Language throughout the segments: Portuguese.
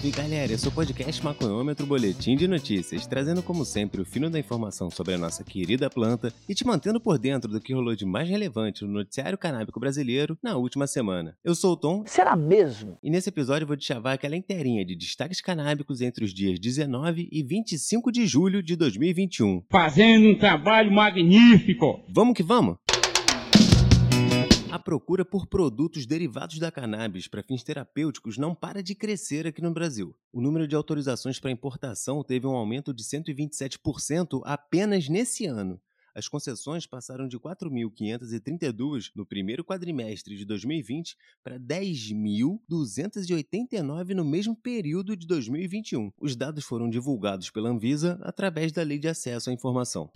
Salve galera, eu sou o podcast Maconhômetro Boletim de Notícias, trazendo como sempre o fino da informação sobre a nossa querida planta e te mantendo por dentro do que rolou de mais relevante no noticiário canábico brasileiro na última semana. Eu sou o Tom. Será mesmo? E nesse episódio eu vou te chavar aquela inteirinha de destaques canábicos entre os dias 19 e 25 de julho de 2021. Fazendo um trabalho magnífico! Vamos que vamos! A procura por produtos derivados da cannabis para fins terapêuticos não para de crescer aqui no Brasil. O número de autorizações para importação teve um aumento de 127% apenas nesse ano. As concessões passaram de 4.532 no primeiro quadrimestre de 2020 para 10.289 no mesmo período de 2021. Os dados foram divulgados pela Anvisa através da Lei de Acesso à Informação.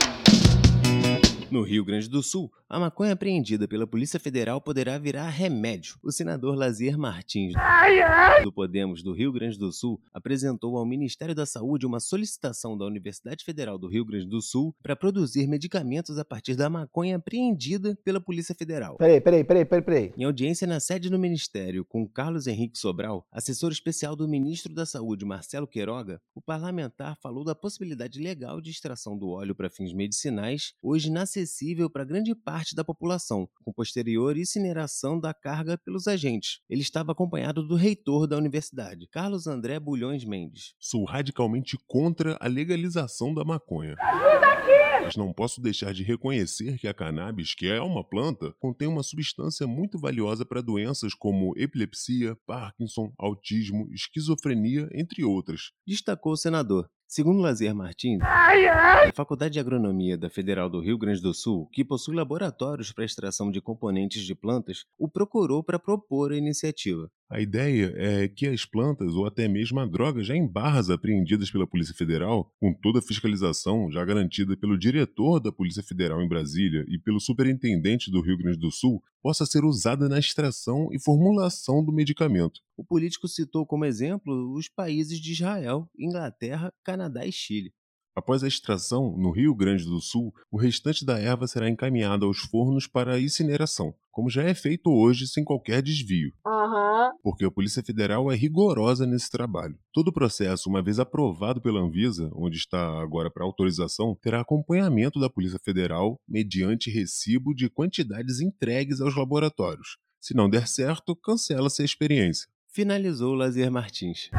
No Rio Grande do Sul, a maconha apreendida pela Polícia Federal poderá virar remédio. O senador Lazier Martins, do Podemos do Rio Grande do Sul, apresentou ao Ministério da Saúde uma solicitação da Universidade Federal do Rio Grande do Sul para produzir medicamentos a partir da maconha apreendida pela Polícia Federal. Peraí. Em audiência na sede do Ministério com Carlos Henrique Sobral, assessor especial do Ministro da Saúde Marcelo Queiroga, o parlamentar falou da possibilidade legal de extração do óleo para fins medicinais, hoje inacessível para grande parte da população, com posterior incineração da carga pelos agentes. Ele estava acompanhado do reitor da universidade, Carlos André Bulhões Mendes. Sou radicalmente contra a legalização da maconha. Mas não posso deixar de reconhecer que a cannabis, que é uma planta, contém uma substância muito valiosa para doenças como epilepsia, Parkinson, autismo, esquizofrenia, entre outras, destacou o senador. Segundo Lazier Martins, a Faculdade de Agronomia da Federal do Rio Grande do Sul, que possui laboratórios para extração de componentes de plantas, o procurou para propor a iniciativa. A ideia é que as plantas ou até mesmo a droga já em barras apreendidas pela Polícia Federal, com toda a fiscalização já garantida pelo diretor da Polícia Federal em Brasília e pelo superintendente do Rio Grande do Sul, possa ser usada na extração e formulação do medicamento. O político citou como exemplo os países de Israel, Inglaterra, Canadá e Chile. Após a extração, no Rio Grande do Sul, o restante da erva será encaminhado aos fornos para a incineração, como já é feito hoje sem qualquer desvio. Porque a Polícia Federal é rigorosa nesse trabalho. Todo o processo, uma vez aprovado pela Anvisa, onde está agora para autorização, terá acompanhamento da Polícia Federal mediante recibo de quantidades entregues aos laboratórios. Se não der certo, cancela-se a experiência. Finalizou Lazier Martins.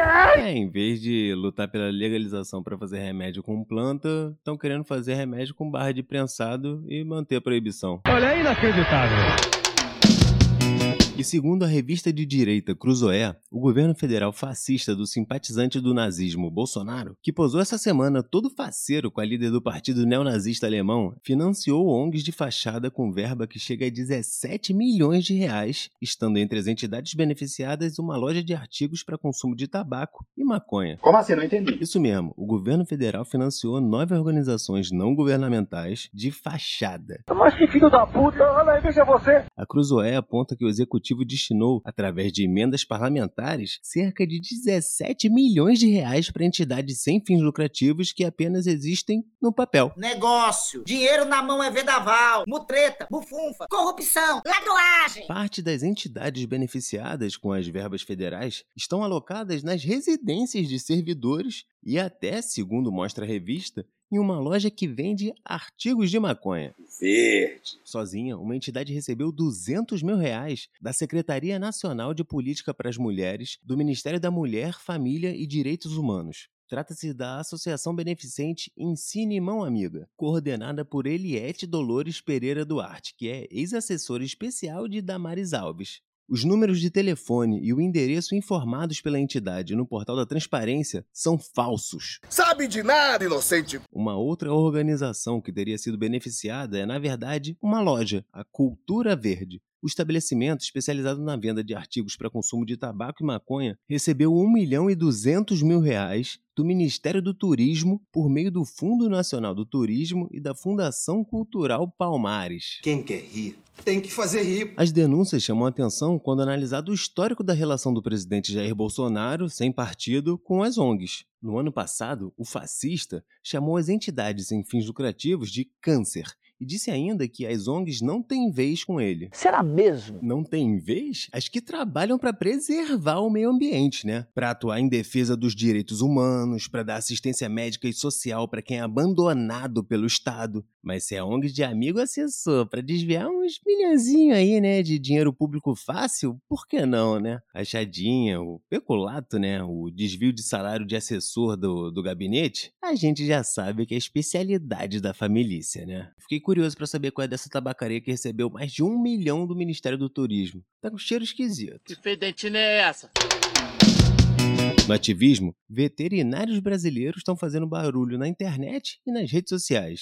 Em vez de lutar pela legalização para fazer remédio com planta, estão querendo fazer remédio com barra de prensado e manter a proibição. Olha, é inacreditável! E segundo a revista de direita Cruzoé, o governo federal fascista do simpatizante do nazismo Bolsonaro, que posou essa semana todo faceiro com a líder do partido neonazista alemão, financiou ONGs de fachada com verba que chega a 17 milhões de reais, estando entre as entidades beneficiadas uma loja de artigos para consumo de tabaco e maconha. Como assim? Não entendi. Isso mesmo, o governo federal financiou 9 organizações não governamentais de fachada. Mas que filho da puta, olha aí, veja você. A Cruzoé aponta que o executivo destinou, através de emendas parlamentares, cerca de 17 milhões de reais para entidades sem fins lucrativos que apenas existem no papel. Negócio, dinheiro na mão é vendaval, mutreta, bufunfa, corrupção, ladroagem. Parte das entidades beneficiadas com as verbas federais estão alocadas nas residências de servidores e até, segundo mostra a revista, em uma loja que vende artigos de maconha. Verde. Sozinha, uma entidade recebeu 200 mil reais da Secretaria Nacional de Política para as Mulheres, do Ministério da Mulher, Família e Direitos Humanos. Trata-se da Associação Beneficente Ensine Mão Amiga, coordenada por Eliette Dolores Pereira Duarte, que é ex-assessora especial de Damares Alves. Os números de telefone e o endereço informados pela entidade no portal da Transparência são falsos. Sabe de nada, inocente! Uma outra organização que teria sido beneficiada é, na verdade, uma loja, a Cultura Verde. O estabelecimento, especializado na venda de artigos para consumo de tabaco e maconha, recebeu R$1.200.000 do Ministério do Turismo por meio do Fundo Nacional do Turismo e da Fundação Cultural Palmares. Quem quer rir, tem que fazer rir. As denúncias chamam a atenção quando analisado o histórico da relação do presidente Jair Bolsonaro, sem partido, com as ONGs. No ano passado, o fascista chamou as entidades sem fins lucrativos de câncer e disse ainda que as ONGs não têm vez com ele. Será mesmo? Não tem vez? As que trabalham para preservar o meio ambiente, né? Para atuar em defesa dos direitos humanos, para dar assistência médica e social para quem é abandonado pelo Estado. Mas se é ONG de amigo assessor para desviar uns milhãozinhos aí, né, de dinheiro público fácil, por que não, né? A chadinha, o peculato, né, o desvio de salário de assessor do gabinete, a gente já sabe que é especialidade da família, né? Fiquei curioso para saber qual é dessa tabacaria que recebeu mais de 1 milhão do Ministério do Turismo. Tá com cheiro esquisito. Que fedentina é essa? No ativismo, veterinários brasileiros estão fazendo barulho na internet e nas redes sociais.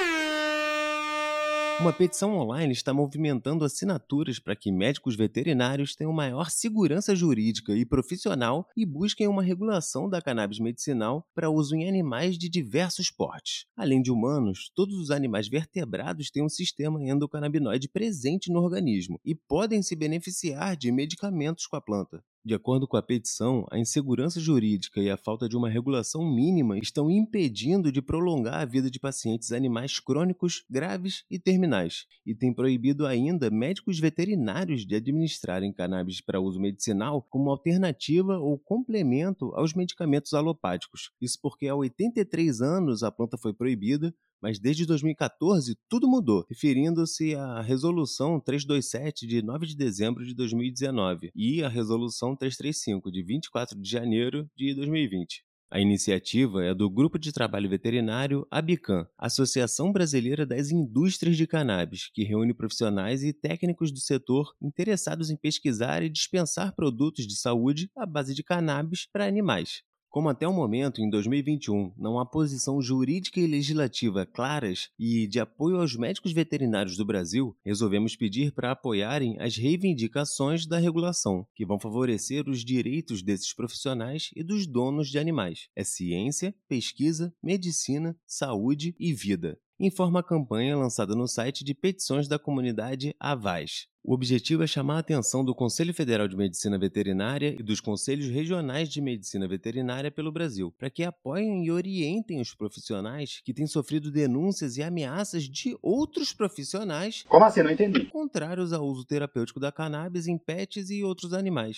Uma petição online está movimentando assinaturas para que médicos veterinários tenham maior segurança jurídica e profissional e busquem uma regulação da cannabis medicinal para uso em animais de diversos portes. Além de humanos, todos os animais vertebrados têm um sistema endocannabinoide presente no organismo e podem se beneficiar de medicamentos com a planta. De acordo com a petição, a insegurança jurídica e a falta de uma regulação mínima estão impedindo de prolongar a vida de pacientes animais crônicos, graves e terminais, e tem proibido ainda médicos veterinários de administrarem cannabis para uso medicinal como alternativa ou complemento aos medicamentos alopáticos. Isso porque há 83 anos a planta foi proibida, mas desde 2014 tudo mudou, referindo-se à Resolução 327 de 9 de dezembro de 2019 e à Resolução 335 de 24 de janeiro de 2020. A iniciativa é do Grupo de Trabalho Veterinário ABICAM, Associação Brasileira das Indústrias de Cannabis, que reúne profissionais e técnicos do setor interessados em pesquisar e dispensar produtos de saúde à base de cannabis para animais. Como até o momento, em 2021, não há posição jurídica e legislativa claras e de apoio aos médicos veterinários do Brasil, resolvemos pedir para apoiarem as reivindicações da regulação, que vão favorecer os direitos desses profissionais e dos donos de animais. É ciência, pesquisa, medicina, saúde e vida. Informa a campanha lançada no site de petições da comunidade Avaz. O objetivo é chamar a atenção do Conselho Federal de Medicina Veterinária e dos Conselhos Regionais de Medicina Veterinária pelo Brasil, para que apoiem e orientem os profissionais que têm sofrido denúncias e ameaças de outros profissionais Como assim? Não entendi. contrários ao uso terapêutico da cannabis em pets e outros animais.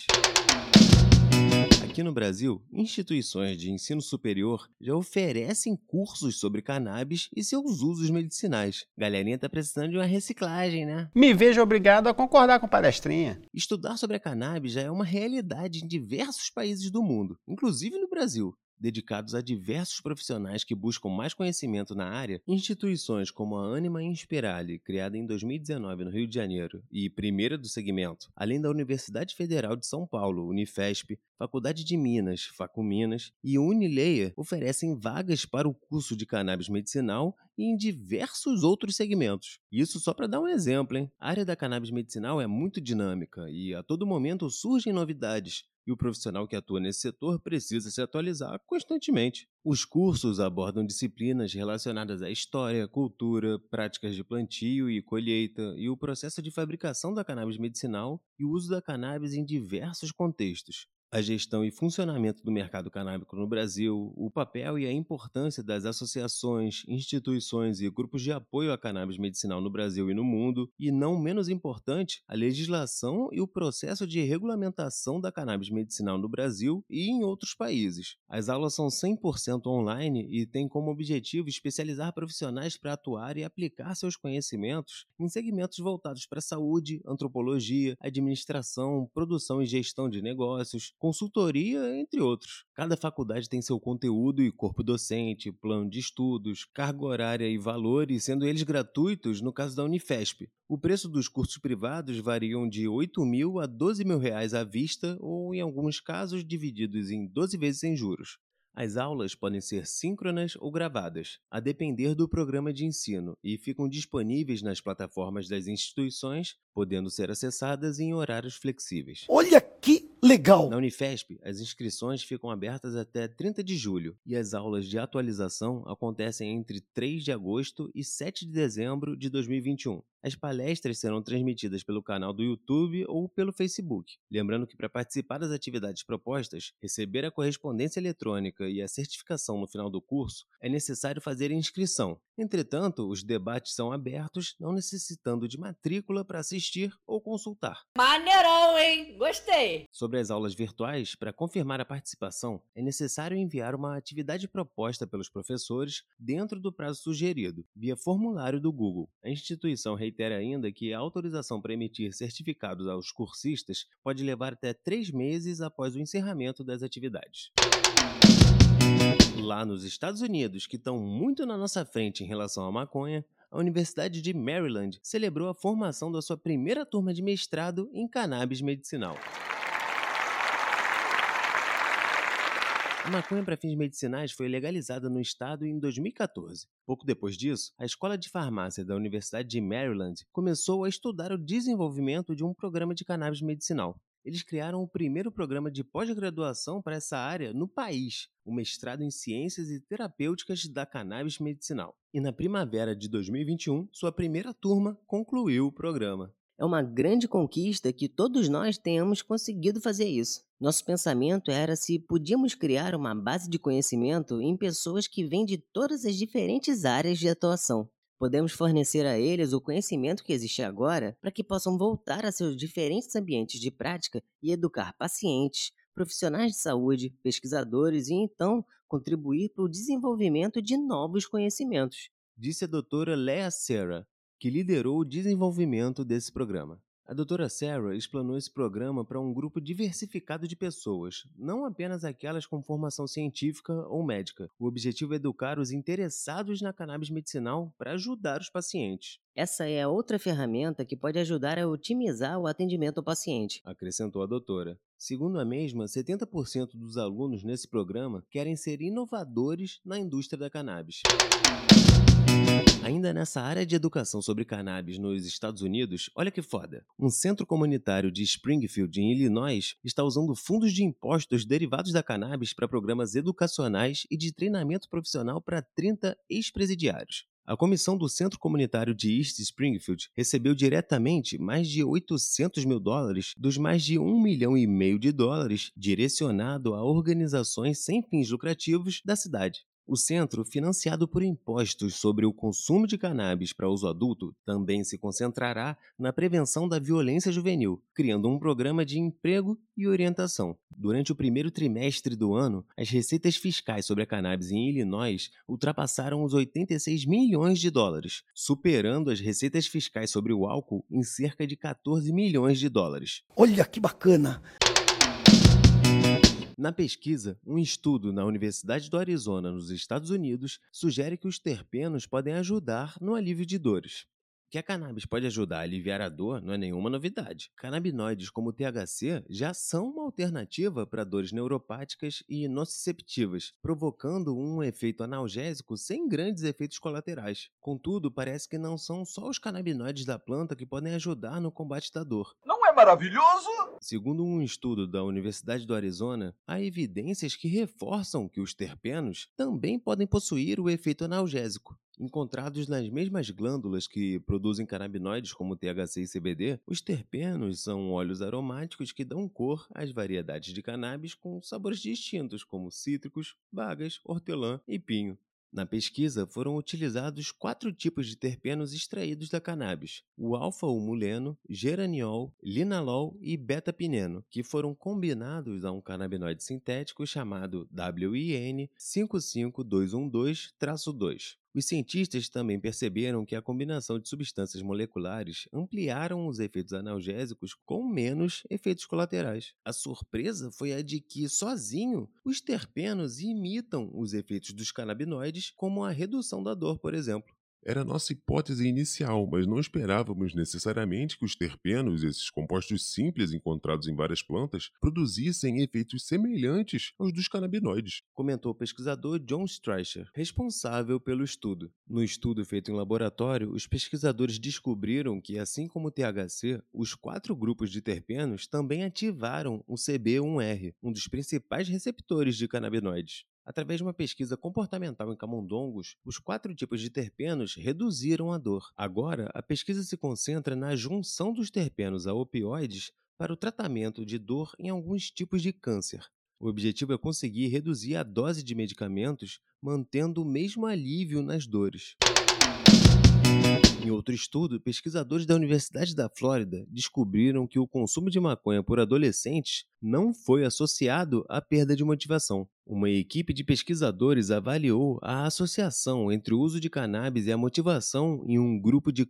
Aqui no Brasil, instituições de ensino superior já oferecem cursos sobre cannabis e seus usos medicinais. Galerinha tá precisando de uma reciclagem, né? Me vejo obrigado a concordar com palestrinha. Estudar sobre a cannabis já é uma realidade em diversos países do mundo, inclusive no Brasil. Dedicados a diversos profissionais que buscam mais conhecimento na área, instituições como a Anima Inspirali, criada em 2019 no Rio de Janeiro e primeira do segmento, além da Universidade Federal de São Paulo, Unifesp, Faculdade de Minas, Facuminas e Unileia, oferecem vagas para o curso de cannabis medicinal e em diversos outros segmentos. Isso só para dar um exemplo, hein? A área da cannabis medicinal é muito dinâmica e a todo momento surgem novidades. E o profissional que atua nesse setor precisa se atualizar constantemente. Os cursos abordam disciplinas relacionadas à história, cultura, práticas de plantio e colheita e o processo de fabricação da cannabis medicinal e o uso da cannabis em diversos contextos. A gestão e funcionamento do mercado canábico no Brasil, o papel e a importância das associações, instituições e grupos de apoio à cannabis medicinal no Brasil e no mundo, e não menos importante, a legislação e o processo de regulamentação da cannabis medicinal no Brasil e em outros países. As aulas são 100% online e têm como objetivo especializar profissionais para atuar e aplicar seus conhecimentos em segmentos voltados para saúde, antropologia, administração, produção e gestão de negócios, consultoria, entre outros. Cada faculdade tem seu conteúdo e corpo docente, plano de estudos, carga horária e valores, sendo eles gratuitos no caso da Unifesp. O preço dos cursos privados variam de R$ 8.000 a R$ 12.000 à vista ou, em alguns casos, divididos em 12 vezes sem juros. As aulas podem ser síncronas ou gravadas, a depender do programa de ensino, e ficam disponíveis nas plataformas das instituições, podendo ser acessadas em horários flexíveis. Olha que legal! Na Unifesp, as inscrições ficam abertas até 30 de julho e as aulas de atualização acontecem entre 3 de agosto e 7 de dezembro de 2021. As palestras serão transmitidas pelo canal do YouTube ou pelo Facebook. Lembrando que para participar das atividades propostas, receber a correspondência eletrônica e a certificação no final do curso, é necessário fazer inscrição. Entretanto, os debates são abertos, não necessitando de matrícula para assistir ou consultar. Maneirão, hein? Gostei! Sobre as aulas virtuais, para confirmar a participação, é necessário enviar uma atividade proposta pelos professores dentro do prazo sugerido, via formulário do Google. A instituição reitera ainda que a autorização para emitir certificados aos cursistas pode levar até 3 meses após o encerramento das atividades. Lá nos Estados Unidos, que estão muito na nossa frente em relação à maconha, a Universidade de Maryland celebrou a formação da sua primeira turma de mestrado em cannabis medicinal. A maconha para fins medicinais foi legalizada no estado em 2014. Pouco depois disso, a Escola de Farmácia da Universidade de Maryland começou a estudar o desenvolvimento de um programa de cannabis medicinal. Eles criaram o primeiro programa de pós-graduação para essa área no país, o mestrado em Ciências e Terapêuticas da Cannabis Medicinal. E na primavera de 2021, sua primeira turma concluiu o programa. É uma grande conquista que todos nós tenhamos conseguido fazer isso. Nosso pensamento era se podíamos criar uma base de conhecimento em pessoas que vêm de todas as diferentes áreas de atuação. Podemos fornecer a eles o conhecimento que existe agora para que possam voltar a seus diferentes ambientes de prática e educar pacientes, profissionais de saúde, pesquisadores e então contribuir para o desenvolvimento de novos conhecimentos. Disse a doutora Lea Serra, que liderou o desenvolvimento desse programa. A doutora Sarah explanou esse programa para um grupo diversificado de pessoas, não apenas aquelas com formação científica ou médica. O objetivo é educar os interessados na cannabis medicinal para ajudar os pacientes. Essa é a outra ferramenta que pode ajudar a otimizar o atendimento ao paciente, acrescentou a doutora. Segundo a mesma, 70% dos alunos nesse programa querem ser inovadores na indústria da cannabis. Ainda nessa área de educação sobre cannabis nos Estados Unidos, olha que foda. Um centro comunitário de Springfield, em Illinois, está usando fundos de impostos derivados da cannabis para programas educacionais e de treinamento profissional para 30 ex-presidiários. A comissão do Centro Comunitário de East Springfield recebeu diretamente mais de $800 mil dos mais de $1,5 milhão de dólares direcionado a organizações sem fins lucrativos da cidade. O centro, financiado por impostos sobre o consumo de cannabis para uso adulto, também se concentrará na prevenção da violência juvenil, criando um programa de emprego e orientação. Durante o primeiro trimestre do ano, as receitas fiscais sobre a cannabis em Illinois ultrapassaram os $86 milhões, superando as receitas fiscais sobre o álcool em cerca de $14 milhões. Olha que bacana! Na pesquisa, um estudo na Universidade do Arizona, nos Estados Unidos, sugere que os terpenos podem ajudar no alívio de dores. Que a cannabis pode ajudar a aliviar a dor não é nenhuma novidade. Canabinoides como o THC já são uma alternativa para dores neuropáticas e nociceptivas, provocando um efeito analgésico sem grandes efeitos colaterais. Contudo, parece que não são só os canabinoides da planta que podem ajudar no combate da dor. Não é maravilhoso? Segundo um estudo da Universidade do Arizona, há evidências que reforçam que os terpenos também podem possuir o efeito analgésico. Encontrados nas mesmas glândulas que produzem canabinoides como THC e CBD, os terpenos são óleos aromáticos que dão cor às variedades de cannabis com sabores distintos, como cítricos, bagas, hortelã e pinho. Na pesquisa, foram utilizados 4 tipos de terpenos extraídos da cannabis: o alfa-humuleno, geraniol, linalol e beta-pineno, que foram combinados a um canabinoide sintético chamado WIN 55212-2. Os cientistas também perceberam que a combinação de substâncias moleculares ampliaram os efeitos analgésicos com menos efeitos colaterais. A surpresa foi a de que, sozinho, os terpenos imitam os efeitos dos canabinoides, como a redução da dor, por exemplo. Era a nossa hipótese inicial, mas não esperávamos necessariamente que os terpenos, esses compostos simples encontrados em várias plantas, produzissem efeitos semelhantes aos dos canabinoides, comentou o pesquisador John Streicher, responsável pelo estudo. No estudo feito em laboratório, os pesquisadores descobriram que, assim como o THC, os 4 grupos de terpenos também ativaram o CB1R, um dos principais receptores de canabinoides. Através de uma pesquisa comportamental em camundongos, os 4 tipos de terpenos reduziram a dor. Agora, a pesquisa se concentra na junção dos terpenos a opioides para o tratamento de dor em alguns tipos de câncer. O objetivo é conseguir reduzir a dose de medicamentos, mantendo o mesmo alívio nas dores. Em outro estudo, pesquisadores da Universidade da Flórida descobriram que o consumo de maconha por adolescentes não foi associado à perda de motivação. Uma equipe de pesquisadores avaliou a associação entre o uso de cannabis e a motivação em um grupo de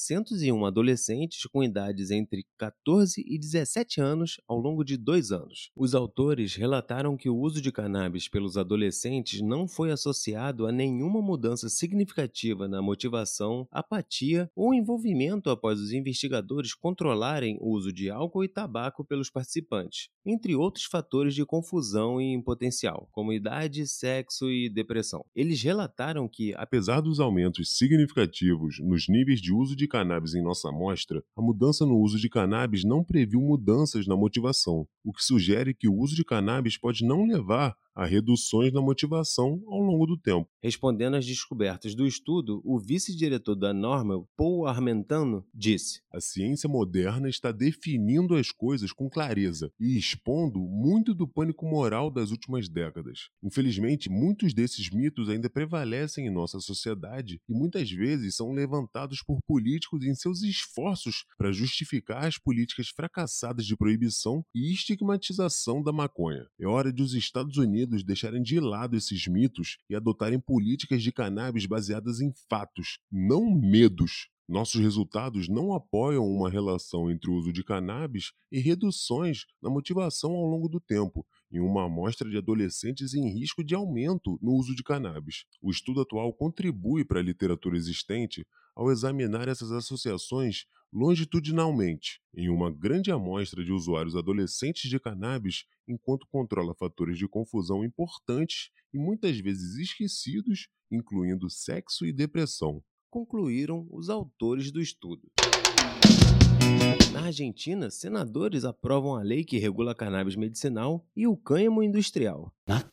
401 adolescentes com idades entre 14 e 17 anos ao longo de 2 anos. Os autores relataram que o uso de cannabis pelos adolescentes não foi associado a nenhuma mudança significativa na motivação, apatia ou envolvimento após os investigadores controlarem o uso de álcool e tabaco pelos participantes, entre outros fatores de confusão e potencial, como idade, sexo e depressão. Eles relataram que, Apesar dos aumentos significativos nos níveis de uso de cannabis em nossa amostra, a mudança no uso de cannabis não previu mudanças na motivação, o que sugere que o uso de cannabis pode não levar a reduções na motivação ao longo do tempo. respondendo às descobertas do estudo, o vice-diretor da Normal, Paul Armentano, disse: A ciência moderna está definindo as coisas com clareza e expondo muito do pânico moral das últimas décadas. Infelizmente, muitos desses mitos ainda prevalecem em nossa sociedade e muitas vezes são levantados por políticos em seus esforços para justificar as políticas fracassadas de proibição e estigmatização da maconha. É hora de os Estados Unidos deixarem de lado esses mitos e adotarem políticas de cannabis baseadas em fatos, não medos. Nossos resultados não apoiam uma relação entre o uso de cannabis e reduções na motivação ao longo do tempo, em uma amostra de adolescentes em risco de aumento no uso de cannabis. O estudo atual contribui para a literatura existente ao examinar essas associações longitudinalmente, em uma grande amostra de usuários adolescentes de cannabis, enquanto controla fatores de confusão importantes e muitas vezes esquecidos, incluindo sexo e depressão. concluíram os autores do estudo. Na Argentina, senadores aprovam a lei que regula a cannabis medicinal e o cânhamo industrial.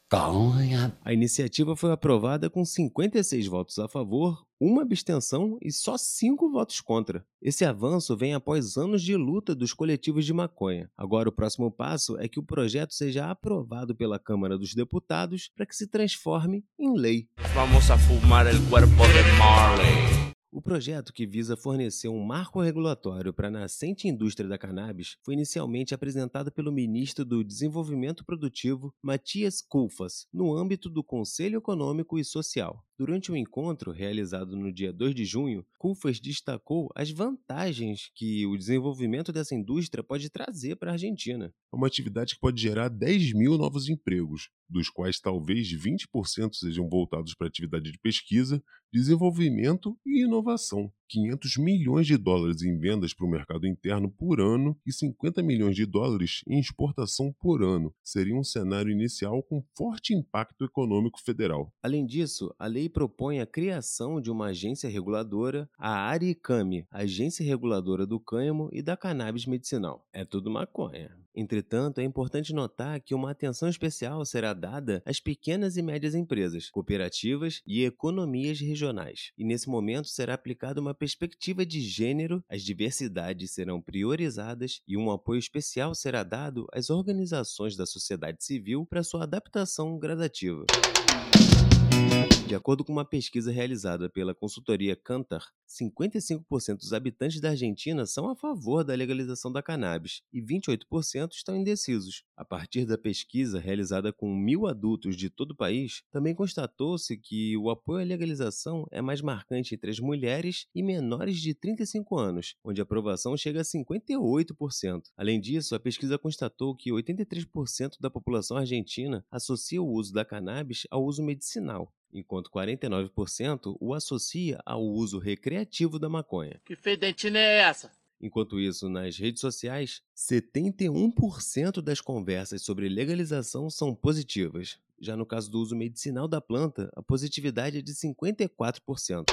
A iniciativa foi aprovada com 56 votos a favor, 1 abstenção e só 5 votos contra. Esse avanço vem após anos de luta dos coletivos de maconha. Agora, o próximo passo é que o projeto seja aprovado pela Câmara dos Deputados para que se transforme em lei. Vamos a fumar el cuerpo de Marley. O projeto, que visa fornecer um marco regulatório para a nascente indústria da cannabis, foi inicialmente apresentado pelo ministro do Desenvolvimento Produtivo, Matias Kulfas, no âmbito do Conselho Econômico e Social. Durante o encontro, realizado no dia 2 de junho, Kulfas destacou as vantagens que o desenvolvimento dessa indústria pode trazer para a Argentina. É uma atividade que pode gerar 10 mil novos empregos, dos quais talvez 20% sejam voltados para atividade de pesquisa, desenvolvimento e inovação. 500 milhões de dólares em vendas para o mercado interno por ano e 50 milhões de dólares em exportação por ano. Seria um cenário inicial com forte impacto econômico federal. Além disso, a lei propõe a criação de uma agência reguladora, a ARICAME, Agência Reguladora do Cânhamo e da Cannabis Medicinal. É tudo maconha. Entretanto, é importante notar que uma atenção especial será dada às pequenas e médias empresas, cooperativas e economias regionais. E nesse momento será aplicada uma perspectiva de gênero, as diversidades serão priorizadas e um apoio especial será dado às organizações da sociedade civil para sua adaptação gradativa. De acordo com uma pesquisa realizada pela consultoria Kantar, 55% dos habitantes da Argentina são a favor da legalização da cannabis e 28% estão indecisos. A partir da pesquisa realizada com 1.000 adultos de todo o país, também constatou-se que o apoio à legalização é mais marcante entre as mulheres e menores de 35 anos, onde a aprovação chega a 58%. Além disso, a pesquisa constatou que 83% da população argentina associa o uso da cannabis ao uso medicinal, enquanto 49% o associa ao uso recreativo da maconha. Que fedentina é essa? Enquanto isso, nas redes sociais, 71% das conversas sobre legalização são positivas. Já no caso do uso medicinal da planta, a positividade é de 54%.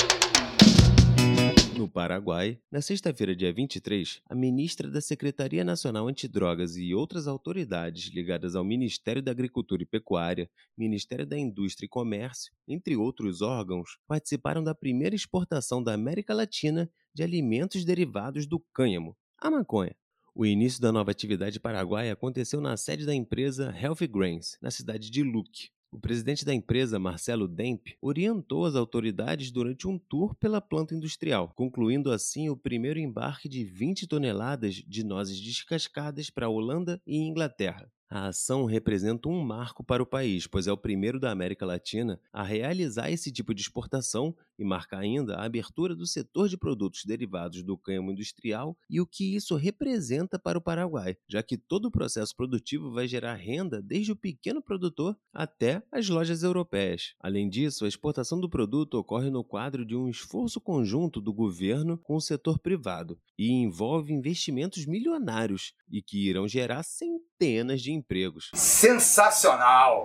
No Paraguai, na sexta-feira, dia 23, a ministra da Secretaria Nacional Antidrogas e outras autoridades ligadas ao Ministério da Agricultura e Pecuária, Ministério da Indústria e Comércio, entre outros órgãos, participaram da primeira exportação da América Latina de alimentos derivados do cânhamo, a maconha. O início da nova atividade paraguaia aconteceu na sede da empresa Healthy Grains, na cidade de Luque. O presidente da empresa, Marcelo Demp, orientou as autoridades durante um tour pela planta industrial, concluindo assim o primeiro embarque de 20 toneladas de nozes descascadas para a Holanda e Inglaterra. A ação representa um marco para o país, pois é o primeiro da América Latina a realizar esse tipo de exportação e marca ainda a abertura do setor de produtos derivados do cânhamo industrial e o que isso representa para o Paraguai, já que todo o processo produtivo vai gerar renda desde o pequeno produtor até as lojas europeias. Além disso, a exportação do produto ocorre no quadro de um esforço conjunto do governo com o setor privado e envolve investimentos milionários e que irão gerar centenas de empregos. Sensacional!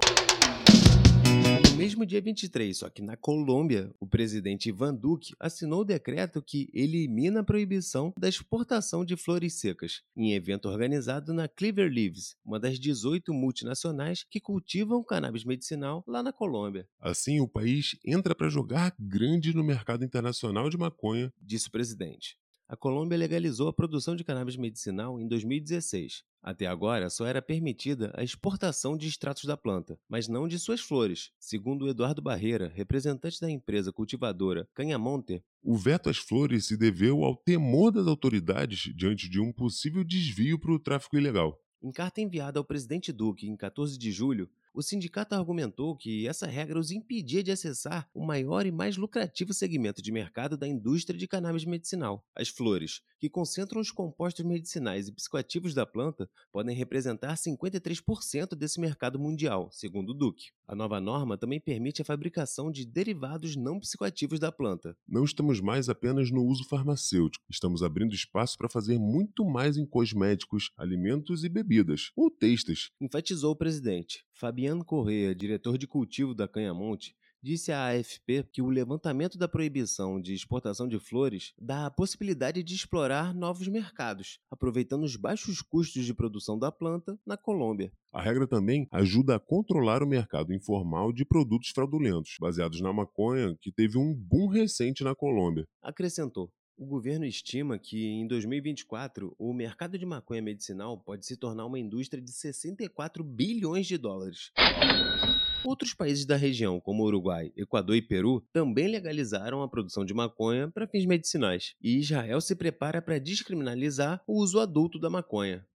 No mesmo dia 23, só que na Colômbia, o presidente Ivan Duque assinou o decreto que elimina a proibição da exportação de flores secas, em evento organizado na Clever Leaves, uma das 18 multinacionais que cultivam cannabis medicinal lá na Colômbia. Assim, o país entra para jogar grande no mercado internacional de maconha, disse o presidente. A Colômbia legalizou a produção de cannabis medicinal em 2016. Até agora, só era permitida a exportação de extratos da planta, mas não de suas flores. Segundo Eduardo Barreira, representante da empresa cultivadora Canhamonte, o veto às flores se deveu ao temor das autoridades diante de um possível desvio para o tráfico ilegal. Em carta enviada ao presidente Duque em 14 de julho, o sindicato argumentou que essa regra os impedia de acessar o maior e mais lucrativo segmento de mercado da indústria de cannabis medicinal. As flores, que concentram os compostos medicinais e psicoativos da planta, podem representar 53% desse mercado mundial, segundo Duque. A nova norma também permite a fabricação de derivados não psicoativos da planta. Não estamos mais apenas no uso farmacêutico, estamos abrindo espaço para fazer muito mais em cosméticos, alimentos e bebidas, ou textas, enfatizou o presidente. Fabiano Correa, diretor de cultivo da Canhamonte, disse à AFP que o levantamento da proibição de exportação de flores dá a possibilidade de explorar novos mercados, aproveitando os baixos custos de produção da planta na Colômbia. A regra também ajuda a controlar o mercado informal de produtos fraudulentos, baseados na maconha, que teve um boom recente na Colômbia. Acrescentou. O governo estima que, em 2024, o mercado de maconha medicinal pode se tornar uma indústria de 64 bilhões de dólares. Outros países da região, como Uruguai, Equador e Peru, também legalizaram a produção de maconha para fins medicinais. E Israel se prepara para descriminalizar o uso adulto da maconha.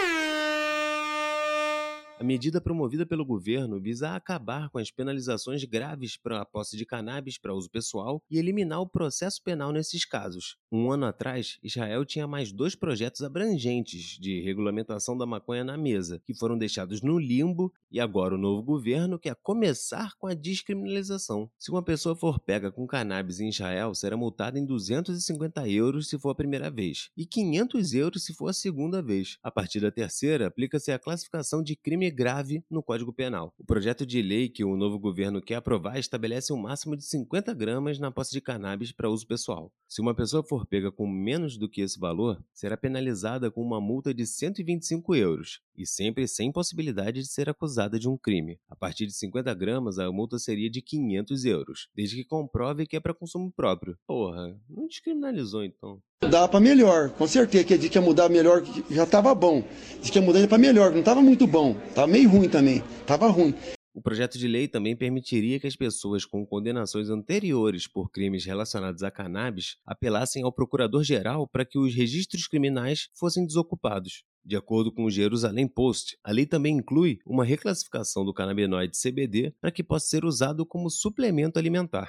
A medida promovida pelo governo visa acabar com as penalizações graves para a posse de cannabis para uso pessoal e eliminar o processo penal nesses casos. Um ano atrás, Israel tinha mais 2 projetos abrangentes de regulamentação da maconha na mesa, que foram deixados no limbo, e agora o novo governo quer começar com a descriminalização. Se uma pessoa for pega com cannabis em Israel, será multada em 250 euros se for a primeira vez, e 500 euros se for a segunda vez. A partir da terceira, aplica-se a classificação de crime grave no Código Penal. O projeto de lei que o novo governo quer aprovar estabelece um máximo de 50 gramas na posse de cannabis para uso pessoal. Se uma pessoa for pega com menos do que esse valor, será penalizada com uma multa de 125 euros, e sempre sem possibilidade de ser acusada de um crime. A partir de 50 gramas, a multa seria de 500 euros, desde que comprove que é para consumo próprio. Porra, não descriminalizou então. Dá pra melhor, com certeza que ia mudar melhor, que já tava bom. Diz que ia mudar pra melhor, que não tava muito bom. Tava meio ruim também, tava ruim. O projeto de lei também permitiria que as pessoas com condenações anteriores por crimes relacionados a cannabis apelassem ao procurador-geral para que os registros criminais fossem desocupados. De acordo com o Jerusalém Post, a lei também inclui uma reclassificação do canabinoide CBD para que possa ser usado como suplemento alimentar.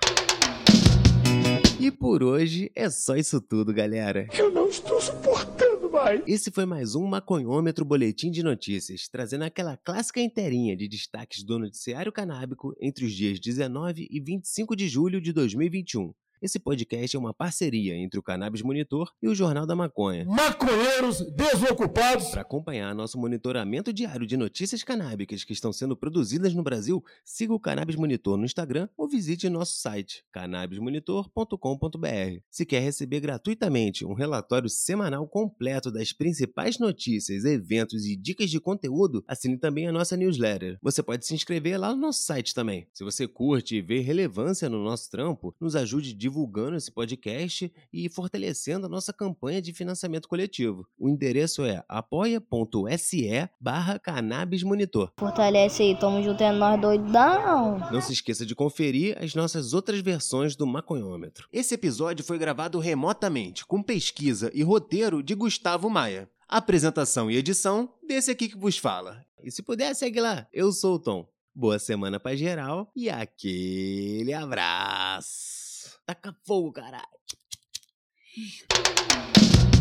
E por hoje é só isso tudo, galera. Eu não estou suportando mais. Esse foi mais um Maconhômetro Boletim de Notícias, trazendo aquela clássica inteirinha de destaques do noticiário canábico entre os dias 19 e 25 de julho de 2021. Esse podcast é uma parceria entre o Cannabis Monitor e o Jornal da Maconha. Maconheiros desocupados. Para acompanhar nosso monitoramento diário de notícias canábicas que estão sendo produzidas no Brasil, siga o Cannabis Monitor no Instagram ou visite nosso site, cannabismonitor.com.br. Se quer receber gratuitamente um relatório semanal completo das principais notícias, eventos e dicas de conteúdo, assine também a nossa newsletter. Você pode se inscrever lá no nosso site também. Se você curte e vê relevância no nosso trampo, nos ajude divulgando esse podcast e fortalecendo a nossa campanha de financiamento coletivo. O endereço é apoia.se/cannabismonitor. Fortalece aí, tamo junto, é nós doidão. Não se esqueça de conferir as nossas outras versões do Maconhômetro. Esse episódio foi gravado remotamente, com pesquisa e roteiro de Gustavo Maia. Apresentação e edição desse aqui que vos fala. E se puder, segue lá. Eu sou o Tom. Boa semana pra geral e aquele abraço. Taca fogo, caralho.